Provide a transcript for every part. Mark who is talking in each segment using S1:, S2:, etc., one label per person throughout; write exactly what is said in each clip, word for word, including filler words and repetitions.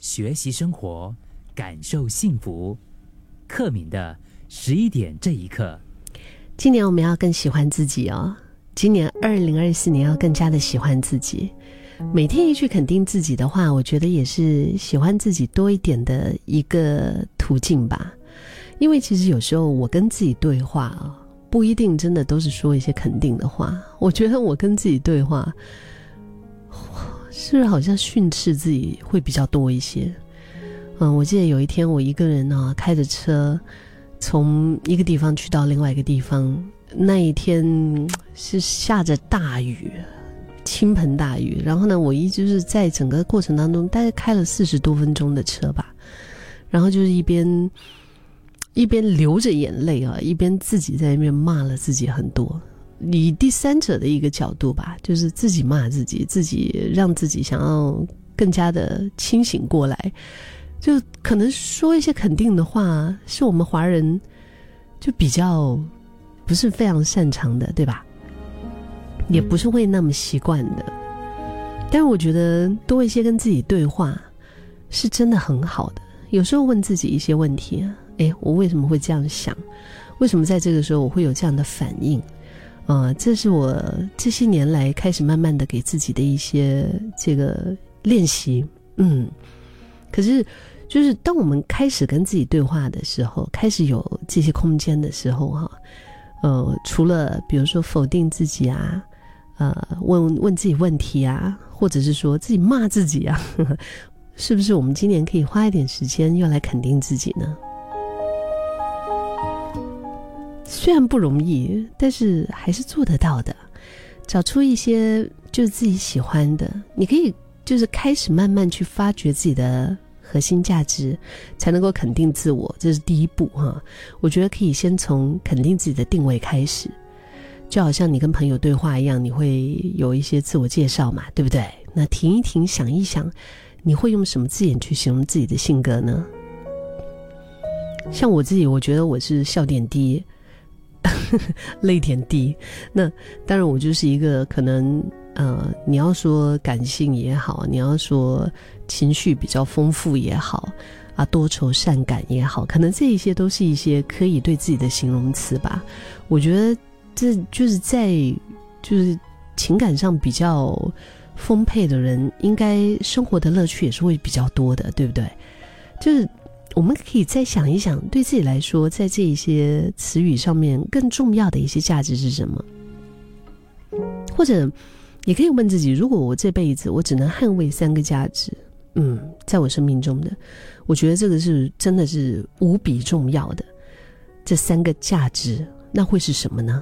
S1: 学习生活，感受幸福。克敏的十一点这一刻。
S2: 今年我们要更喜欢自己哦，今年二零二四年要更加的喜欢自己。每天一句肯定自己的话，我觉得也是喜欢自己多一点的一个途径吧。因为其实有时候我跟自己对话啊，不一定真的都是说一些肯定的话。我觉得我跟自己对话，是不是好像训斥自己会比较多一些？嗯，我记得有一天我一个人啊，开着车从一个地方去到另外一个地方，那一天是下着大雨，倾盆大雨。然后呢，我一就是在整个过程当中大概开了四十多分钟的车吧，然后就是一边一边流着眼泪啊，一边自己在那边骂了自己很多。以第三者的一个角度吧，就是自己骂自己，自己让自己想要更加的清醒过来。就可能说一些肯定的话，是我们华人就比较不是非常擅长的，对吧？也不是会那么习惯的。但是我觉得多一些跟自己对话是真的很好的。有时候问自己一些问题啊，诶，我为什么会这样想？为什么在这个时候我会有这样的反应？呃，这是我这些年来开始慢慢的给自己的一些这个练习。嗯，可是就是当我们开始跟自己对话的时候，开始有这些空间的时候哈，呃，除了比如说否定自己啊，呃，问问自己问题啊，或者是说自己骂自己啊，呵呵，是不是我们今年可以花一点时间要来肯定自己呢？虽然不容易，但是还是做得到的。找出一些就是自己喜欢的，你可以就是开始慢慢去发掘自己的核心价值，才能够肯定自我，这是第一步哈。我觉得可以先从肯定自己的定位开始，就好像你跟朋友对话一样，你会有一些自我介绍嘛，对不对？那停一停，想一想，你会用什么字眼去形容自己的性格呢？像我自己，我觉得我是笑点低，泪点低。那当然我就是一个可能呃，你要说感性也好，你要说情绪比较丰富也好啊，多愁善感也好，可能这一些都是一些可以对自己的形容词吧。我觉得这就是在就是情感上比较丰沛的人，应该生活的乐趣也是会比较多的，对不对？就是我们可以再想一想，对自己来说，在这一些词语上面更重要的一些价值是什么？或者也可以问自己，如果我这辈子我只能捍卫三个价值，嗯，在我生命中的，我觉得这个是真的是无比重要的。这三个价值，那会是什么呢？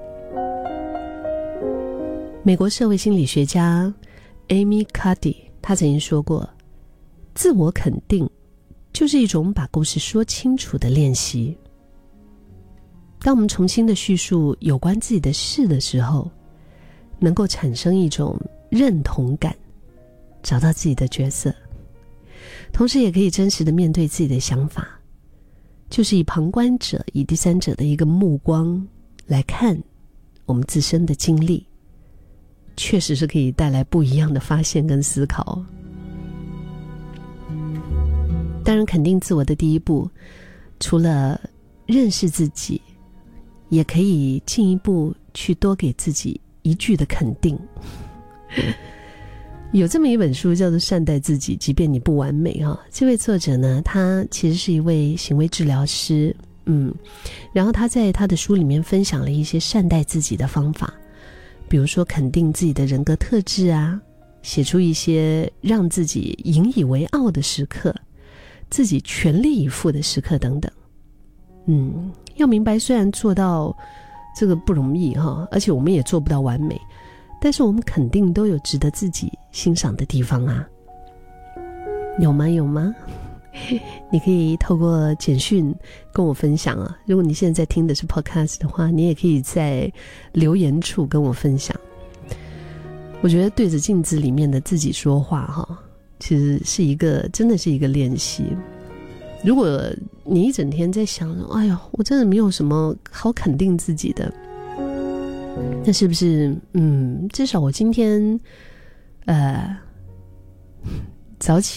S2: 美国社会心理学家 Amy Cuddy 她曾经说过，自我肯定就是一种把故事说清楚的练习。当我们重新的叙述有关自己的事的时候，能够产生一种认同感，找到自己的角色，同时也可以真实的面对自己的想法，就是以旁观者以第三者的一个目光来看我们自身的经历，确实是可以带来不一样的发现跟思考。当然肯定自我的第一步，除了认识自己，也可以进一步去多给自己一句的肯定。有这么一本书叫做《善待自己，即便你不完美》哈，这位作者呢，他其实是一位行为治疗师，嗯，然后他在他的书里面分享了一些善待自己的方法，比如说肯定自己的人格特质啊，写出一些让自己引以为傲的时刻，自己全力以赴的时刻等等。嗯，要明白，虽然做到这个不容易哈，而且我们也做不到完美，但是我们肯定都有值得自己欣赏的地方啊。有吗？有吗？你可以透过简讯跟我分享啊。如果你现在在听的是 podcast 的话，你也可以在留言处跟我分享。我觉得对着镜子里面的自己说话哈，其实是一个真的是一个练习。如果你一整天在想，哎呦，我真的没有什么好肯定自己的，那是不是嗯，至少我今天呃早起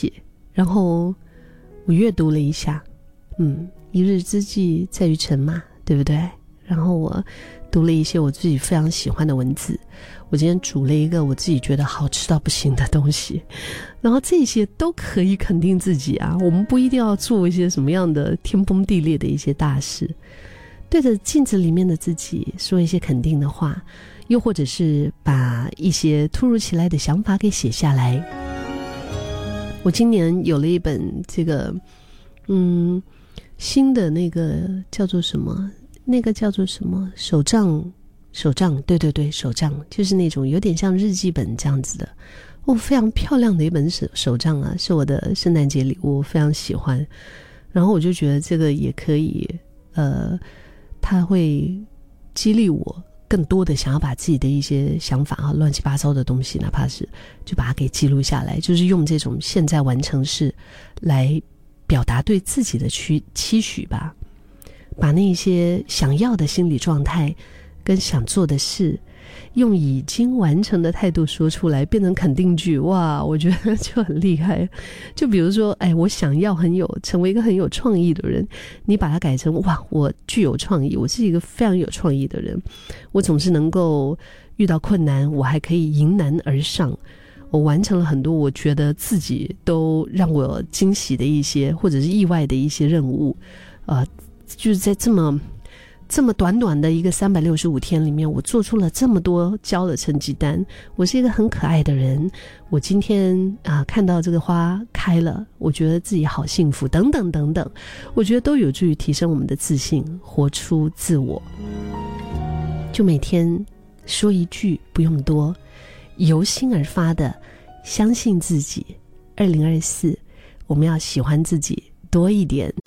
S2: 然后我阅读了一下，嗯，一日之计在于晨嘛，对不对？然后我读了一些我自己非常喜欢的文字，我今天煮了一个我自己觉得好吃到不行的东西，然后这些都可以肯定自己啊，我们不一定要做一些什么样的天崩地裂的一些大事，对着镜子里面的自己说一些肯定的话，又或者是把一些突如其来的想法给写下来。我今年有了一本这个嗯新的那个叫做什么那个叫做什么手账手账对对对手账，就是那种有点像日记本这样子的，哦，非常漂亮的一本手手账啊，是我的圣诞节礼物，我非常喜欢。然后我就觉得这个也可以呃它会激励我更多的想要把自己的一些想法啊，乱七八糟的东西，哪怕是就把它给记录下来，就是用这种现在完成式来表达对自己的期期许吧，把那些想要的心理状态跟想做的事用已经完成的态度说出来，变成肯定句，哇，我觉得就很厉害。就比如说，哎，我想要很有成为一个很有创意的人，你把它改成哇，我具有创意，我是一个非常有创意的人，我总是能够遇到困难我还可以迎难而上，我完成了很多我觉得自己都让我惊喜的一些或者是意外的一些任务，呃，就是在这么这么短短的一个三百六十五天里面，我做出了这么多交了成绩单，我是一个很可爱的人，我今天啊、呃、看到这个花开了，我觉得自己好幸福，等等等等，我觉得都有助于提升我们的自信，活出自我。就每天说一句，不用多，由心而发的相信自己。二零二四我们要喜欢自己多一点。